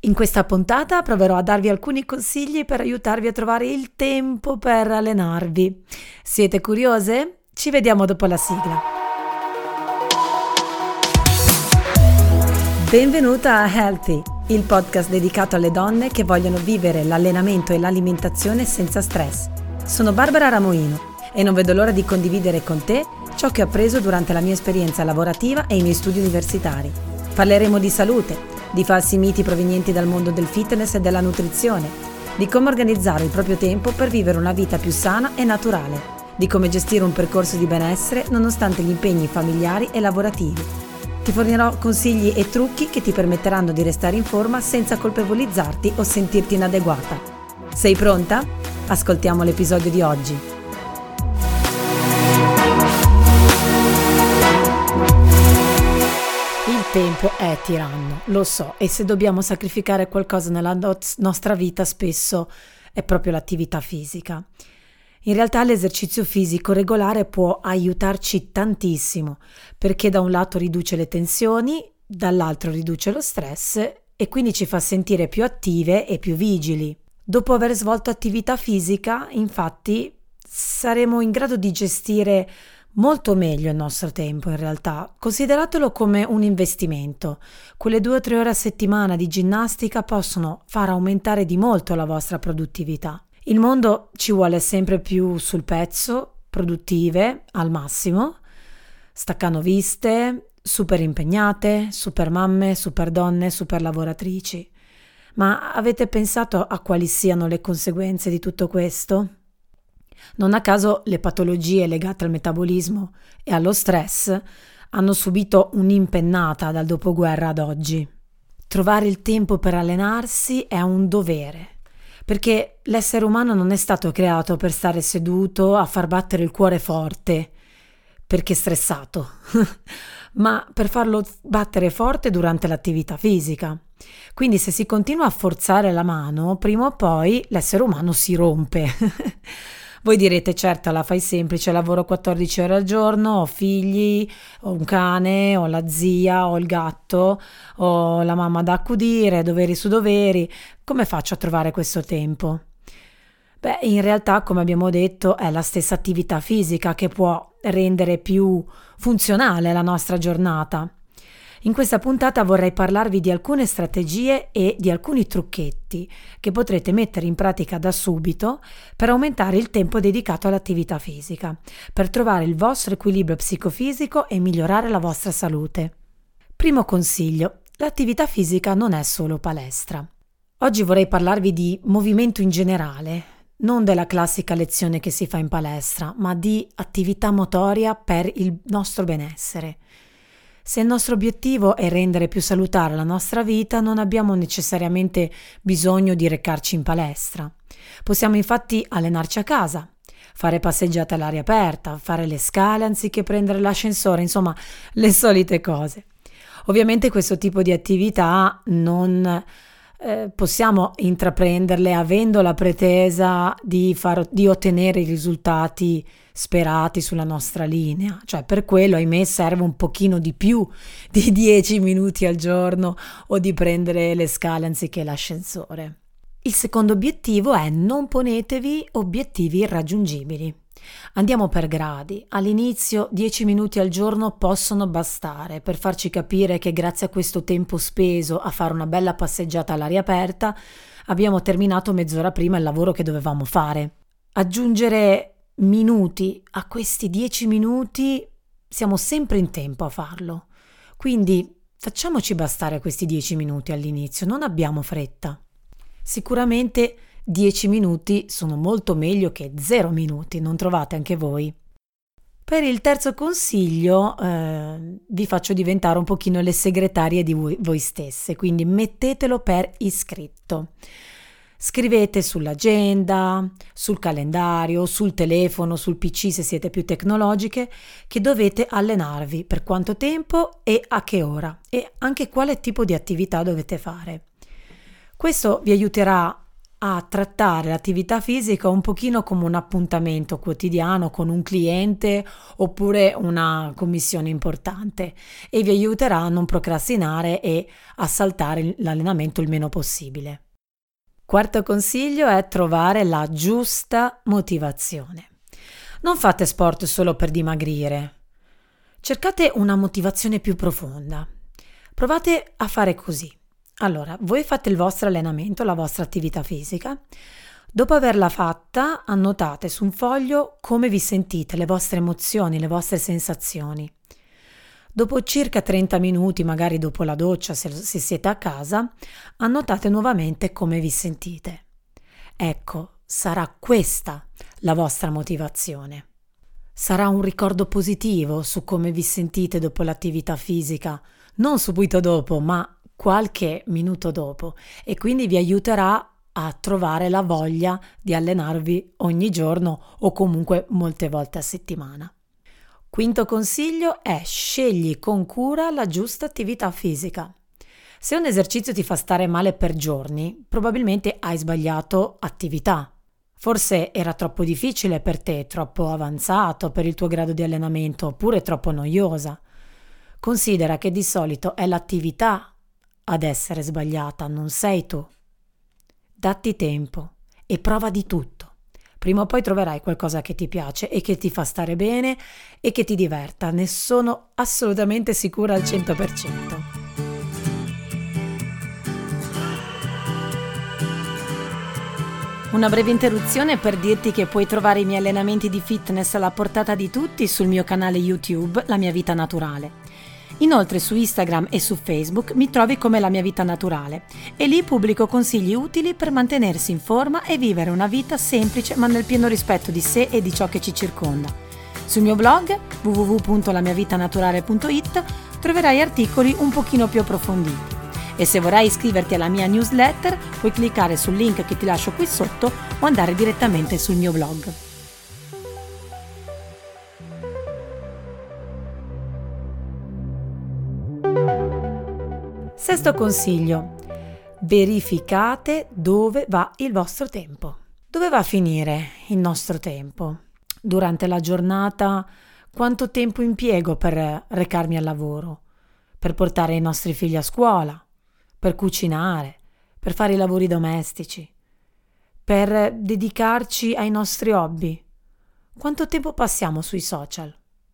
In questa puntata proverò a darvi alcuni consigli per aiutarvi a trovare il tempo per allenarvi. Siete curiose? Ci vediamo dopo la sigla. Benvenuta a Healthy, il podcast dedicato alle donne che vogliono vivere l'allenamento e l'alimentazione senza stress. Sono Barbara Ramoino e non vedo l'ora di condividere con te ciò che ho appreso durante la mia esperienza lavorativa e i miei studi universitari. Parleremo di salute, di falsi miti provenienti dal mondo del fitness e della nutrizione, di come organizzare il proprio tempo per vivere una vita più sana e naturale, di come gestire un percorso di benessere nonostante gli impegni familiari e lavorativi. Ti fornirò consigli e trucchi che ti permetteranno di restare in forma senza colpevolizzarti o sentirti inadeguata. Sei pronta? Ascoltiamo l'episodio di oggi. Il tempo è tiranno, lo so, e se dobbiamo sacrificare qualcosa nella nostra vita spesso è proprio l'attività fisica. In realtà l'esercizio fisico regolare può aiutarci tantissimo, perché da un lato riduce le tensioni, dall'altro riduce lo stress e quindi ci fa sentire più attive e più vigili. Dopo aver svolto attività fisica, infatti, saremo in grado di gestire molto meglio il nostro tempo in realtà. Consideratelo come un investimento. Quelle 2 o 3 ore a settimana di ginnastica possono far aumentare di molto la vostra produttività. Il mondo ci vuole sempre più sul pezzo, produttive al massimo, staccanoviste, super impegnate, super mamme, super donne, super lavoratrici. Ma avete pensato a quali siano le conseguenze di tutto questo? Non a caso le patologie legate al metabolismo e allo stress hanno subito un'impennata dal dopoguerra ad oggi. Trovare il tempo per allenarsi è un dovere, perché l'essere umano non è stato creato per stare seduto a far battere il cuore forte, perché è stressato, ma per farlo battere forte durante l'attività fisica. Quindi se si continua a forzare la mano, prima o poi l'essere umano si rompe. Voi direte, certo, la fai semplice, lavoro 14 ore al giorno, ho figli, ho un cane, ho la zia, ho il gatto, ho la mamma da accudire, doveri su doveri, come faccio a trovare questo tempo? Beh, in realtà, come abbiamo detto, è la stessa attività fisica che può rendere più funzionale la nostra giornata. In questa puntata vorrei parlarvi di alcune strategie e di alcuni trucchetti che potrete mettere in pratica da subito per aumentare il tempo dedicato all'attività fisica, per trovare il vostro equilibrio psicofisico e migliorare la vostra salute. Primo consiglio: l'attività fisica non è solo palestra. Oggi vorrei parlarvi di movimento in generale, non della classica lezione che si fa in palestra, ma di attività motoria per il nostro benessere. Se il nostro obiettivo è rendere più salutare la nostra vita, non abbiamo necessariamente bisogno di recarci in palestra. Possiamo infatti allenarci a casa, fare passeggiate all'aria aperta, fare le scale anziché prendere l'ascensore, insomma, le solite cose. Ovviamente questo tipo di attività non possiamo intraprenderle avendo la pretesa di ottenere i risultati sperati sulla nostra linea, cioè per quello ahimè serve un pochino di più di 10 minuti al giorno o di prendere le scale anziché l'ascensore. Il secondo obiettivo è: non ponetevi obiettivi irraggiungibili. Andiamo per gradi. All'inizio 10 minuti al giorno possono bastare per farci capire che grazie a questo tempo speso a fare una bella passeggiata all'aria aperta abbiamo terminato mezz'ora prima il lavoro che dovevamo fare. Aggiungere minuti a questi 10 minuti siamo sempre in tempo a farlo. Quindi facciamoci bastare questi 10 minuti all'inizio, non abbiamo fretta. Sicuramente 10 minuti sono molto meglio che 0 minuti, non trovate anche voi? Per il terzo consiglio vi faccio diventare un pochino le segretarie di voi stesse, quindi mettetelo per iscritto. Scrivete sull'agenda, sul calendario, sul telefono, sul PC se siete più tecnologiche, che dovete allenarvi, per quanto tempo e a che ora, e anche quale tipo di attività dovete fare. Questo vi aiuterà a trattare l'attività fisica un pochino come un appuntamento quotidiano con un cliente oppure una commissione importante e vi aiuterà a non procrastinare e a saltare l'allenamento il meno possibile. Quarto consiglio è trovare la giusta motivazione. Non fate sport solo per dimagrire. Cercate una motivazione più profonda. Provate a fare così. Allora, voi fate il vostro allenamento, la vostra attività fisica. Dopo averla fatta, annotate su un foglio come vi sentite, le vostre emozioni, le vostre sensazioni. Dopo circa 30 minuti, magari dopo la doccia, se siete a casa, annotate nuovamente come vi sentite. Ecco, sarà questa la vostra motivazione. Sarà un ricordo positivo su come vi sentite dopo l'attività fisica, non subito dopo, ma qualche minuto dopo, e quindi vi aiuterà a trovare la voglia di allenarvi ogni giorno o comunque molte volte a settimana. Quinto consiglio è: scegli con cura la giusta attività fisica. Se un esercizio ti fa stare male per giorni, probabilmente hai sbagliato attività. Forse era troppo difficile per te, troppo avanzato per il tuo grado di allenamento, oppure troppo noiosa. Considera che di solito è l'attività ad essere sbagliata, non sei tu. Datti tempo e prova di tutto. Prima o poi troverai qualcosa che ti piace e che ti fa stare bene e che ti diverta, ne sono assolutamente sicura al 100%. Una breve interruzione per dirti che puoi trovare i miei allenamenti di fitness alla portata di tutti sul mio canale YouTube La Mia Vita Naturale. Inoltre su Instagram e su Facebook mi trovi come La Mia Vita Naturale e lì pubblico consigli utili per mantenersi in forma e vivere una vita semplice ma nel pieno rispetto di sé e di ciò che ci circonda. Sul mio blog www.lamiavitanaturale.it troverai articoli un pochino più approfonditi. E se vorrai iscriverti alla mia newsletter puoi cliccare sul link che ti lascio qui sotto o andare direttamente sul mio blog. Sesto consiglio: verificate dove va il vostro tempo. Dove va a finire il nostro tempo? Durante la giornata quanto tempo impiego per recarmi al lavoro, per portare i nostri figli a scuola, per cucinare, per fare i lavori domestici, per dedicarci ai nostri hobby? Quanto tempo passiamo sui social?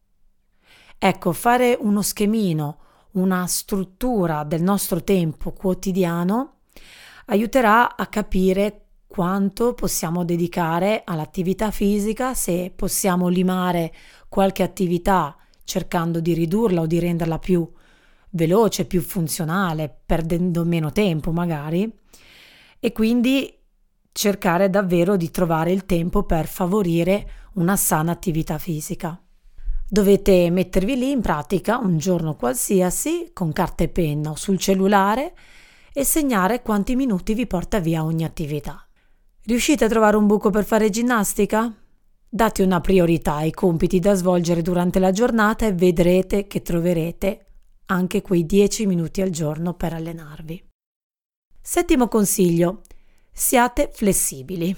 Ecco, fare uno schemino, una struttura del nostro tempo quotidiano aiuterà a capire quanto possiamo dedicare all'attività fisica, se possiamo limare qualche attività cercando di ridurla o di renderla più veloce, più funzionale, perdendo meno tempo magari, e quindi cercare davvero di trovare il tempo per favorire una sana attività fisica. Dovete mettervi lì in pratica un giorno qualsiasi con carta e penna o sul cellulare e segnare quanti minuti vi porta via ogni attività. Riuscite a trovare un buco per fare ginnastica? Date una priorità ai compiti da svolgere durante la giornata e vedrete che troverete anche quei 10 minuti al giorno per allenarvi. Settimo consiglio: siate flessibili.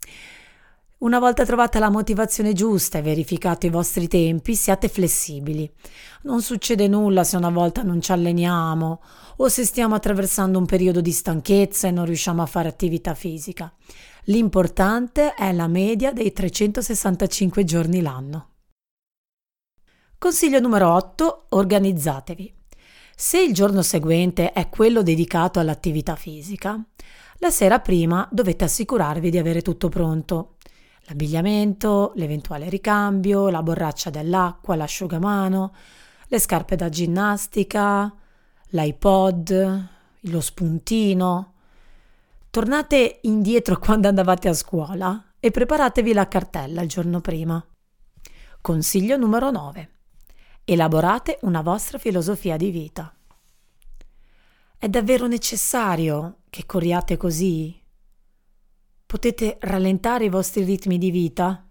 Una volta trovata la motivazione giusta e verificato i vostri tempi, siate flessibili. Non succede nulla se una volta non ci alleniamo o se stiamo attraversando un periodo di stanchezza e non riusciamo a fare attività fisica. L'importante è la media dei 365 giorni l'anno. Consiglio numero 8: organizzatevi. Se il giorno seguente è quello dedicato all'attività fisica, la sera prima dovete assicurarvi di avere tutto pronto. L'abbigliamento, l'eventuale ricambio, la borraccia dell'acqua, l'asciugamano, le scarpe da ginnastica, l'iPod, lo spuntino. Tornate indietro quando andavate a scuola e preparatevi la cartella il giorno prima. Consiglio numero 9: elaborate una vostra filosofia di vita. È davvero necessario che corriate così? Potete rallentare i vostri ritmi di vita?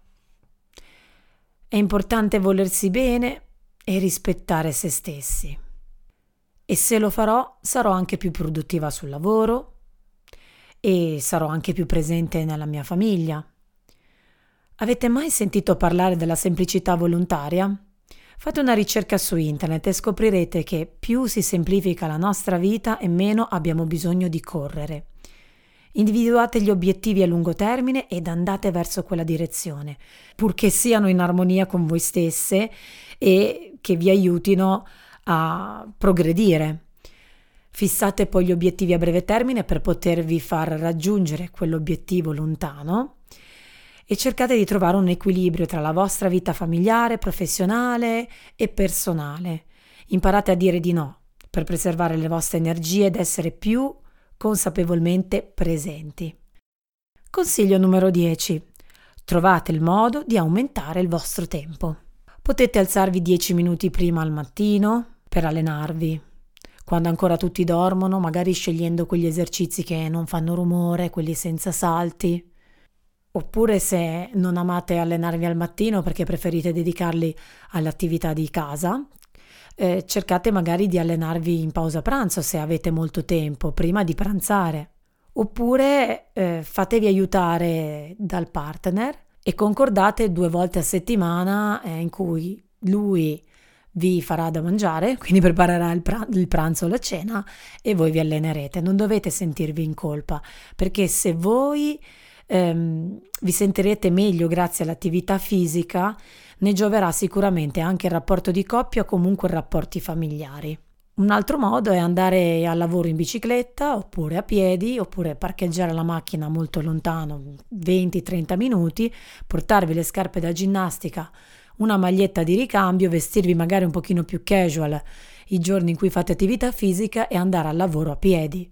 È importante volersi bene e rispettare se stessi. E se lo farò, sarò anche più produttiva sul lavoro e sarò anche più presente nella mia famiglia. Avete mai sentito parlare della semplicità volontaria? Fate una ricerca su internet e scoprirete che più si semplifica la nostra vita e meno abbiamo bisogno di correre. Individuate gli obiettivi a lungo termine ed andate verso quella direzione, purché siano in armonia con voi stesse e che vi aiutino a progredire. Fissate poi gli obiettivi a breve termine per potervi far raggiungere quell'obiettivo lontano e cercate di trovare un equilibrio tra la vostra vita familiare, professionale e personale. Imparate a dire di no per preservare le vostre energie ed essere più consapevolmente presenti. Consiglio numero 10. Trovate il modo di aumentare il vostro tempo. Potete alzarvi 10 minuti prima al mattino per allenarvi. Quando ancora tutti dormono, magari scegliendo quegli esercizi che non fanno rumore, quelli senza salti. Oppure se non amate allenarvi al mattino perché preferite dedicarli alle attività di casa, cercate magari di allenarvi in pausa pranzo se avete molto tempo, prima di pranzare. Oppure fatevi aiutare dal partner e concordate 2 volte a settimana in cui lui vi farà da mangiare, quindi preparerà il pranzo o la cena e voi vi allenerete. Non dovete sentirvi in colpa, perché se voi vi sentirete meglio grazie all'attività fisica, ne gioverà sicuramente anche il rapporto di coppia o comunque i rapporti familiari. Un altro modo è andare al lavoro in bicicletta oppure a piedi, oppure parcheggiare la macchina molto lontano, 20-30 minuti, portarvi le scarpe da ginnastica, una maglietta di ricambio, vestirvi magari un pochino più casual i giorni in cui fate attività fisica e andare al lavoro a piedi.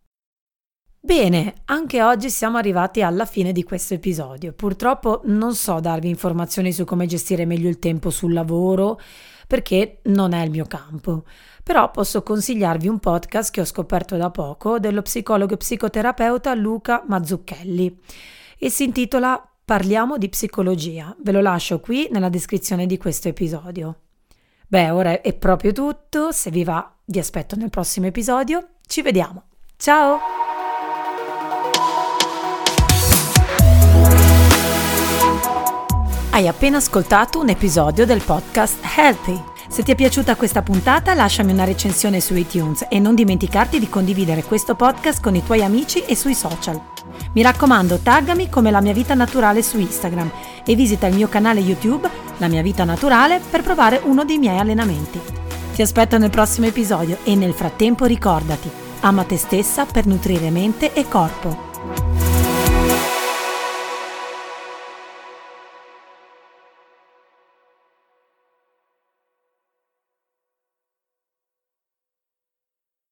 Bene, anche oggi siamo arrivati alla fine di questo episodio. Purtroppo non so darvi informazioni su come gestire meglio il tempo sul lavoro, perché non è il mio campo. Però posso consigliarvi un podcast che ho scoperto da poco dello psicologo e psicoterapeuta Luca Mazzucchelli e si intitola Parliamo di psicologia. Ve lo lascio qui nella descrizione di questo episodio. Beh, ora è proprio tutto. Se vi va, vi aspetto nel prossimo episodio. Ci vediamo. Ciao! Hai appena ascoltato un episodio del podcast Healthy. Se ti è piaciuta questa puntata, lasciami una recensione su iTunes e non dimenticarti di condividere questo podcast con i tuoi amici e sui social. Mi raccomando, taggami come La Mia Vita Naturale su Instagram e visita il mio canale YouTube La Mia Vita Naturale per provare uno dei miei allenamenti. Ti aspetto nel prossimo episodio e nel frattempo ricordati, ama te stessa per nutrire mente e corpo.